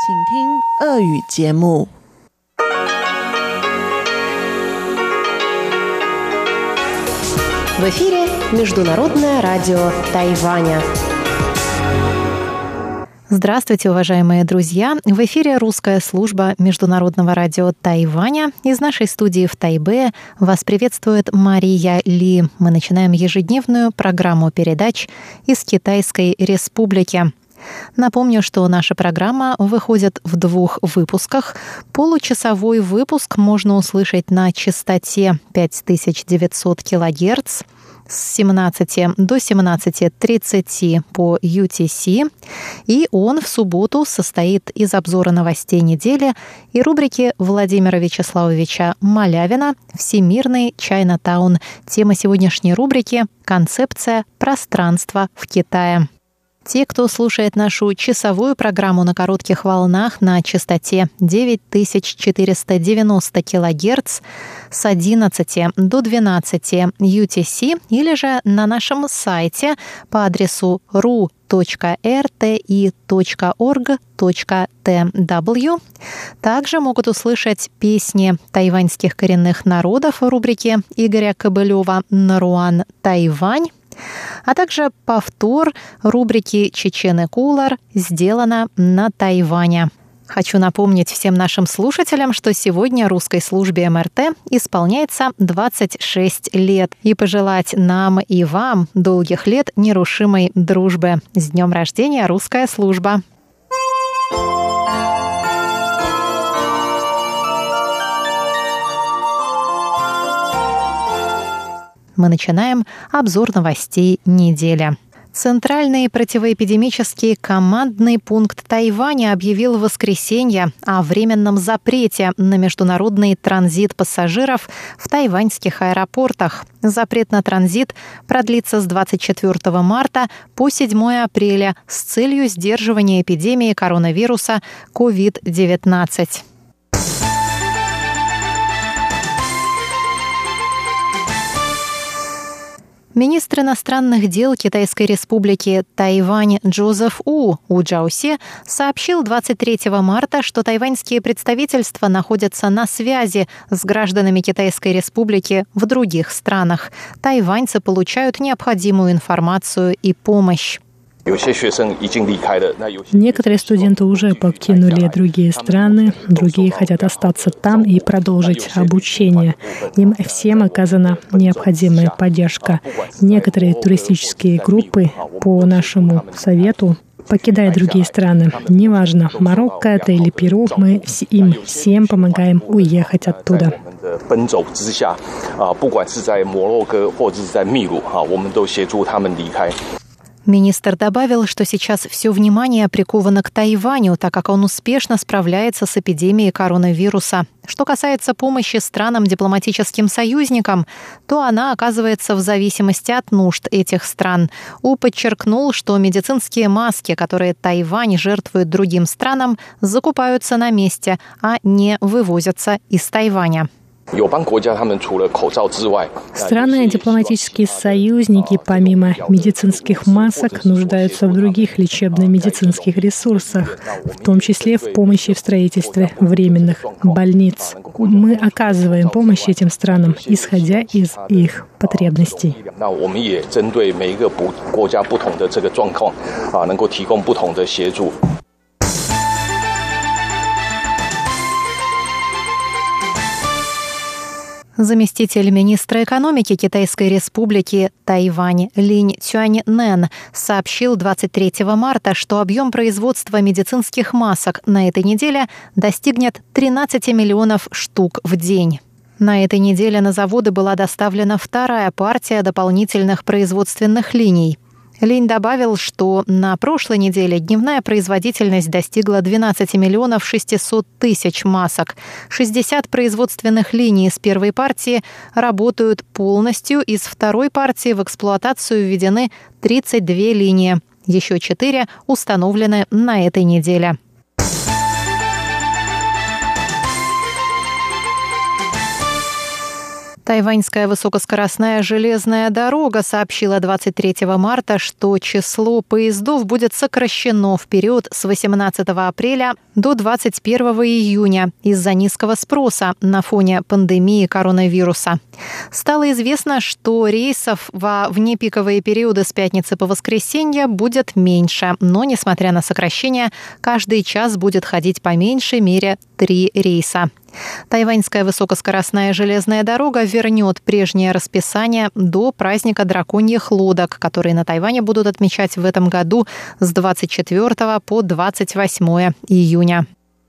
请听俄语节目。 В эфире Международное радио Тайваня. Здравствуйте, уважаемые друзья! В эфире русская служба Международного радио Тайваня. Из нашей студии в Тайбэе вас приветствует Мария Ли. Мы начинаем ежедневную программу передач из Китайской Республики. Напомню, что наша программа выходит в 2 выпусках. Получасовой выпуск можно услышать на частоте 5900 кГц с 17 до 17:30 по UTC. И он в субботу состоит из обзора новостей недели и рубрики Владимира Вячеславовича Малявина «Всемирный Чайнатаун». Тема сегодняшней рубрики – концепция пространства в Китае. Те, кто слушает нашу часовую программу на коротких волнах на частоте 9490 кГц с 11 до 12 UTC или же на нашем сайте по адресу ru.rti.org.tw, также могут услышать песни тайваньских коренных народов в рубрике Игоря Кобылева «Наруан Тайвань», а также повтор рубрики «Чечен и Кулар» сделано на Тайване. Хочу напомнить всем нашим слушателям, что сегодня русской службе МРТ исполняется 26 лет, и пожелать нам и вам долгих лет нерушимой дружбы. С днем рождения, русская служба! Мы начинаем обзор новостей недели. Центральный противоэпидемический командный пункт Тайваня объявил в воскресенье о временном запрете на международный транзит пассажиров в тайваньских аэропортах. Запрет на транзит продлится с 24 марта по 7 апреля с целью сдерживания эпидемии коронавируса COVID-19. Министр иностранных дел Китайской Республики Тайвань Джозеф У Джаоси сообщил 23 марта, что тайваньские представительства находятся на связи с гражданами Китайской Республики в других странах. Тайваньцы получают необходимую информацию и помощь. Некоторые студенты уже покинули другие страны, другие хотят остаться там и продолжить обучение. Им всем оказана необходимая поддержка. Некоторые туристические группы по нашему совету покидают другие страны. Неважно, Марокко это или Перу, мы им всем помогаем уехать оттуда. Министр добавил, что сейчас все внимание приковано к Тайваню, так как он успешно справляется с эпидемией коронавируса. Что касается помощи странам-дипломатическим союзникам, то она оказывается в зависимости от нужд этих стран. У подчеркнул, что медицинские маски, которые Тайвань жертвует другим странам, закупаются на месте, а не вывозятся из Тайваня. Страны, дипломатические союзники, помимо медицинских масок, нуждаются в других лечебно-медицинских ресурсах, в том числе в помощи в строительстве временных больниц. Мы оказываем помощь этим странам, исходя из их потребностей. Заместитель министра экономики Китайской Республики Тайвань Линь Цюаньнэн сообщил 23 марта, что объем производства медицинских масок на этой неделе достигнет 13 миллионов штук в день. На этой неделе на заводы была доставлена 2-я партия дополнительных производственных линий. Линь добавил, что на прошлой неделе дневная производительность достигла 12 миллионов 600 тысяч масок. 60 производственных линий из первой партии работают полностью, из второй партии в эксплуатацию введены 32 линии. Еще 4 установлены на этой неделе. Тайваньская высокоскоростная железная дорога сообщила 23 марта, что число поездов будет сокращено в период с 18 апреля до 21 июня из-за низкого спроса на фоне пандемии коронавируса. Стало известно, что рейсов во внепиковые периоды с пятницы по воскресенье будет меньше, но, несмотря на сокращение, каждый час будет ходить по меньшей мере 3 рейса. Тайваньская высокоскоростная железная дорога вернет прежнее расписание до праздника драконьих лодок, которые на Тайване будут отмечать в этом году с 24 по 28 июня.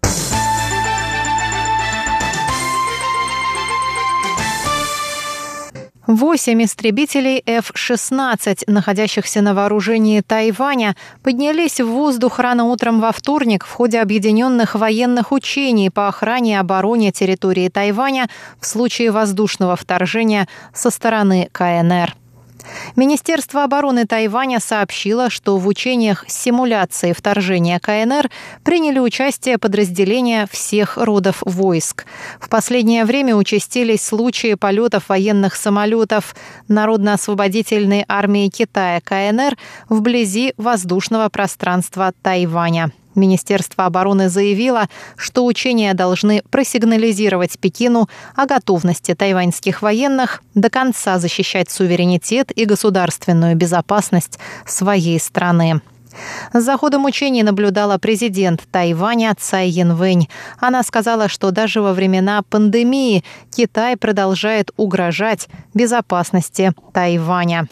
Восемь истребителей F-16, находящихся на вооружении Тайваня, поднялись в воздух рано утром во вторник в ходе объединенных военных учений по охране и обороне территории Тайваня в случае воздушного вторжения со стороны КНР. Министерство обороны Тайваня сообщило, что в учениях симуляции вторжения КНР приняли участие подразделения всех родов войск. В последнее время участились случаи полетов военных самолетов Народно-освободительной армии Китая КНР вблизи воздушного пространства Тайваня. Министерство обороны заявило, что учения должны просигнализировать Пекину о готовности тайваньских военных до конца защищать суверенитет и государственную безопасность своей страны. За ходом учений наблюдала президент Тайваня Цай Янвэнь. Она сказала, что даже во времена пандемии Китай продолжает угрожать безопасности Тайваня.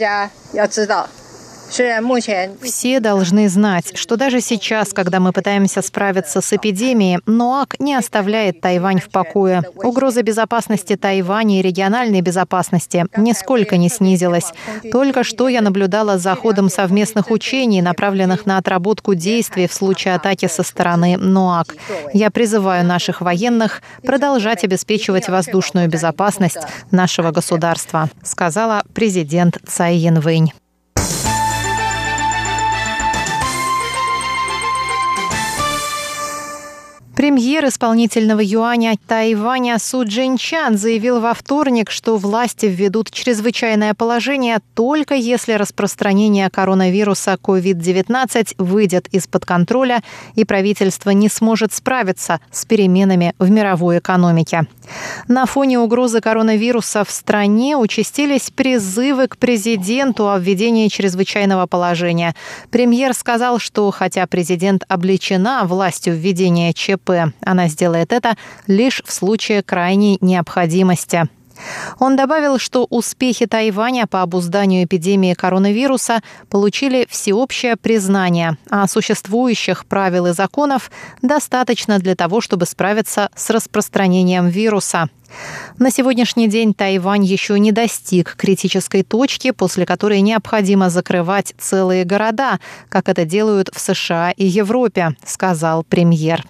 Все должны знать, что даже сейчас, когда мы пытаемся справиться с эпидемией, НОАК не оставляет Тайвань в покое. Угроза безопасности Тайваня и региональной безопасности нисколько не снизилась. Только что я наблюдала за ходом совместных учений, направленных на отработку действий в случае атаки со стороны НОАК. Я призываю наших военных продолжать обеспечивать воздушную безопасность нашего государства, сказала президент Цай Янвэнь. Премьер исполнительного юаня Тайваня Су Чжэньчан заявил во вторник, что власти введут чрезвычайное положение только если распространение коронавируса COVID-19 выйдет из-под контроля и правительство не сможет справиться с переменами в мировой экономике. На фоне угрозы коронавируса в стране участились призывы к президенту о введении чрезвычайного положения. Премьер сказал, что хотя президент облечена властью введения ЧП, она сделает это лишь в случае крайней необходимости. Он добавил, что успехи Тайваня по обузданию эпидемии коронавируса получили всеобщее признание, а существующих правил и законов достаточно для того, чтобы справиться с распространением вируса. На сегодняшний день Тайвань еще не достиг критической точки, после которой необходимо закрывать целые города, как это делают в США и Европе, сказал премьер.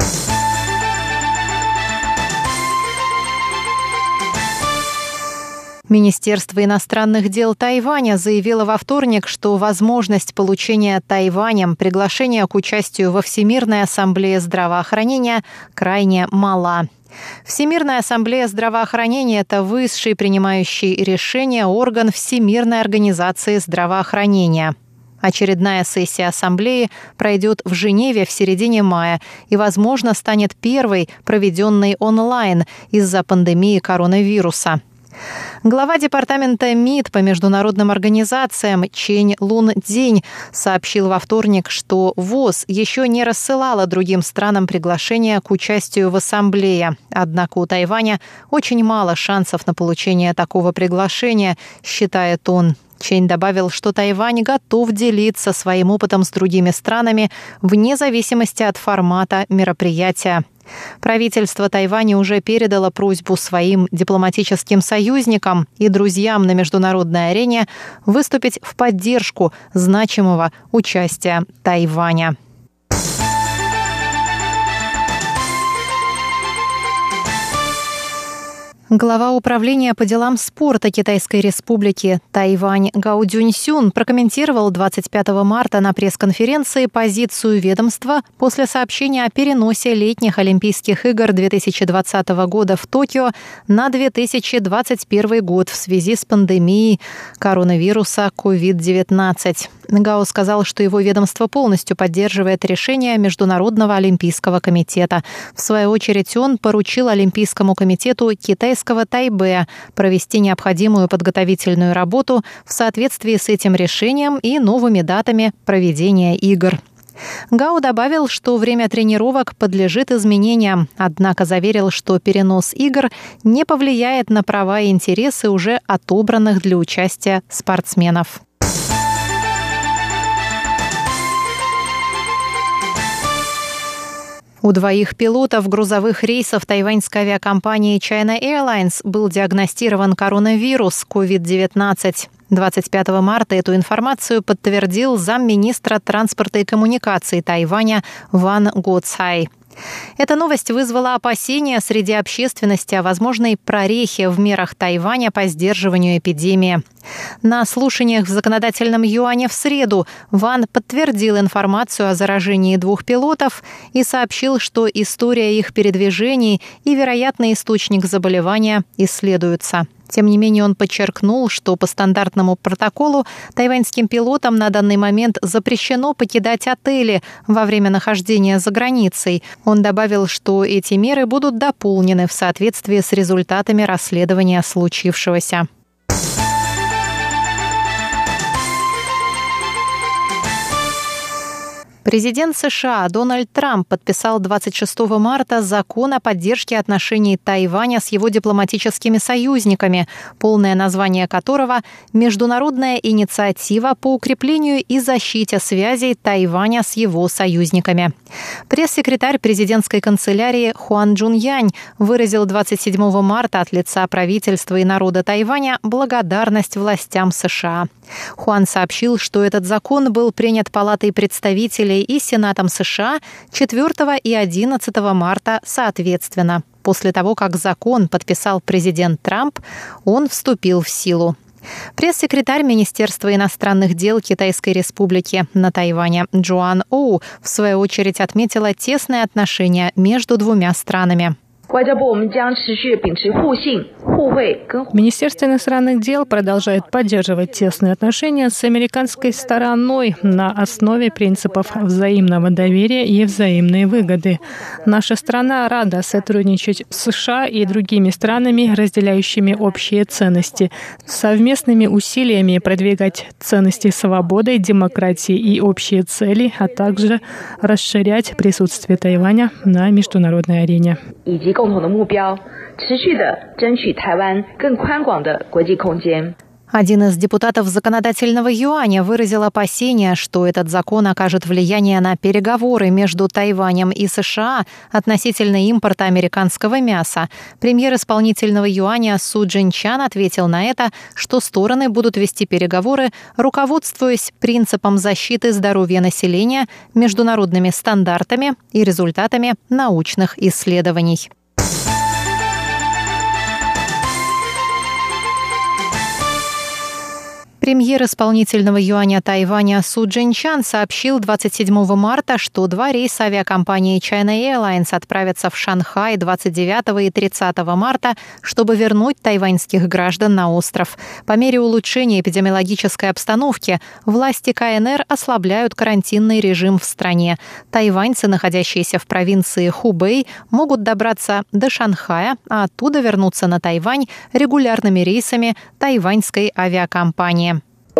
Министерство иностранных дел Тайваня заявило во вторник, что возможность получения Тайванем приглашения к участию во Всемирной ассамблее здравоохранения крайне мала. Всемирная ассамблея здравоохранения – это высший принимающий решения орган Всемирной организации здравоохранения. Очередная сессия ассамблеи пройдет в Женеве в середине мая и, возможно, станет первой, проведенной онлайн из-за пандемии коронавируса. Глава департамента МИД по международным организациям Чэнь Лун Цзинь сообщил во вторник, что ВОЗ еще не рассылала другим странам приглашения к участию в ассамблее. Однако у Тайваня очень мало шансов на получение такого приглашения, считает он. Чэнь добавил, что Тайвань готов делиться своим опытом с другими странами вне зависимости от формата мероприятия. Правительство Тайваня уже передало просьбу своим дипломатическим союзникам и друзьям на международной арене выступить в поддержку значимого участия Тайваня. Глава управления по делам спорта Китайской Республики Тайвань Гао Цзюньсюн прокомментировал 25 марта на пресс-конференции позицию ведомства после сообщения о переносе летних Олимпийских игр 2020 года в Токио на 2021 год в связи с пандемией коронавируса COVID-19. Гао сказал, что его ведомство полностью поддерживает решение Международного олимпийского комитета. В свою очередь он поручил Олимпийскому комитету китайского Тайбэя провести необходимую подготовительную работу в соответствии с этим решением и новыми датами проведения игр. Гао добавил, что время тренировок подлежит изменениям, однако заверил, что перенос игр не повлияет на права и интересы уже отобранных для участия спортсменов. У 2 пилотов грузовых рейсов тайваньской авиакомпании China Airlines был диагностирован коронавирус COVID-19. 25 марта эту информацию подтвердил замминистра транспорта и коммуникаций Тайваня Ван Гоцай. Эта новость вызвала опасения среди общественности о возможной прорехе в мерах Тайваня по сдерживанию эпидемии. На слушаниях в законодательном юане в среду Ван подтвердил информацию о заражении 2 пилотов и сообщил, что история их передвижений и вероятный источник заболевания исследуются. Тем не менее, он подчеркнул, что по стандартному протоколу тайваньским пилотам на данный момент запрещено покидать отели во время нахождения за границей. Он добавил, что эти меры будут дополнены в соответствии с результатами расследования случившегося. Президент США Дональд Трамп подписал 26 марта закон о поддержке отношений Тайваня с его дипломатическими союзниками, полное название которого «Международная инициатива по укреплению и защите связей Тайваня с его союзниками». Пресс-секретарь президентской канцелярии Хуан Чжуньянь выразил 27 марта от лица правительства и народа Тайваня благодарность властям США. Хуан сообщил, что этот закон был принят Палатой представителей и Сенатом США 4 и 11 марта соответственно. После того, как закон подписал президент Трамп, он вступил в силу. Пресс-секретарь Министерства иностранных дел Китайской Республики на Тайване Джоан Оу в свою очередь отметила тесные отношения между 2 странами. Министерство иностранных дел продолжает поддерживать тесные отношения с американской стороной на основе принципов взаимного доверия и взаимной выгоды. Наша страна рада сотрудничать с США и другими странами, разделяющими общие ценности, совместными усилиями продвигать ценности свободы, демократии и общие цели, а также расширять присутствие Тайваня на международной арене. 共同的目标，持续地争取台湾更宽广的国际空间。 Один из депутатов законодательного юаня выразил опасения, что этот закон окажет влияние на переговоры между Тайванем и США относительно импорта американского мяса. Премьер исполнительного юаня Су Чжэньчан ответил на это, что стороны будут вести переговоры, руководствуясь принципом защиты здоровья населения, международными стандартами и результатами научных исследований. Премьер исполнительного юаня Тайваня Су Чжэньчан сообщил 27 марта, что 2 рейса авиакомпании China Airlines отправятся в Шанхай 29 и 30 марта, чтобы вернуть тайваньских граждан на остров. По мере улучшения эпидемиологической обстановки власти КНР ослабляют карантинный режим в стране. Тайваньцы, находящиеся в провинции Хубэй, могут добраться до Шанхая, а оттуда вернуться на Тайвань регулярными рейсами тайваньской авиакомпании.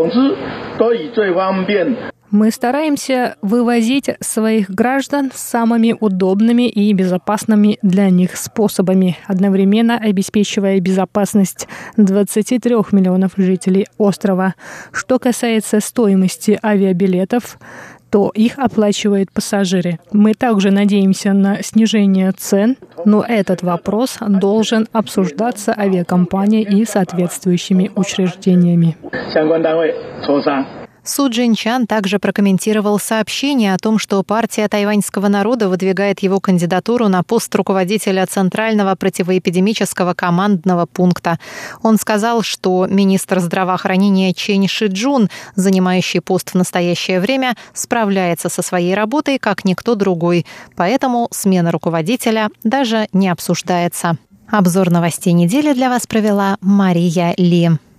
Мы стараемся вывозить своих граждан самыми удобными и безопасными для них способами, одновременно обеспечивая безопасность 23 миллионов жителей острова. Что касается стоимости авиабилетов, то их оплачивают пассажиры. Мы также надеемся на снижение цен, но этот вопрос должен обсуждаться авиакомпанией и соответствующими учреждениями. Су Джинчан также прокомментировал сообщение о том, что партия тайваньского народа выдвигает его кандидатуру на пост руководителя Центрального противоэпидемического командного пункта. Он сказал, что министр здравоохранения Чен Шиджун, занимающий пост в настоящее время, справляется со своей работой как никто другой, поэтому смена руководителя даже не обсуждается. Обзор новостей недели для вас провела Мария Ли.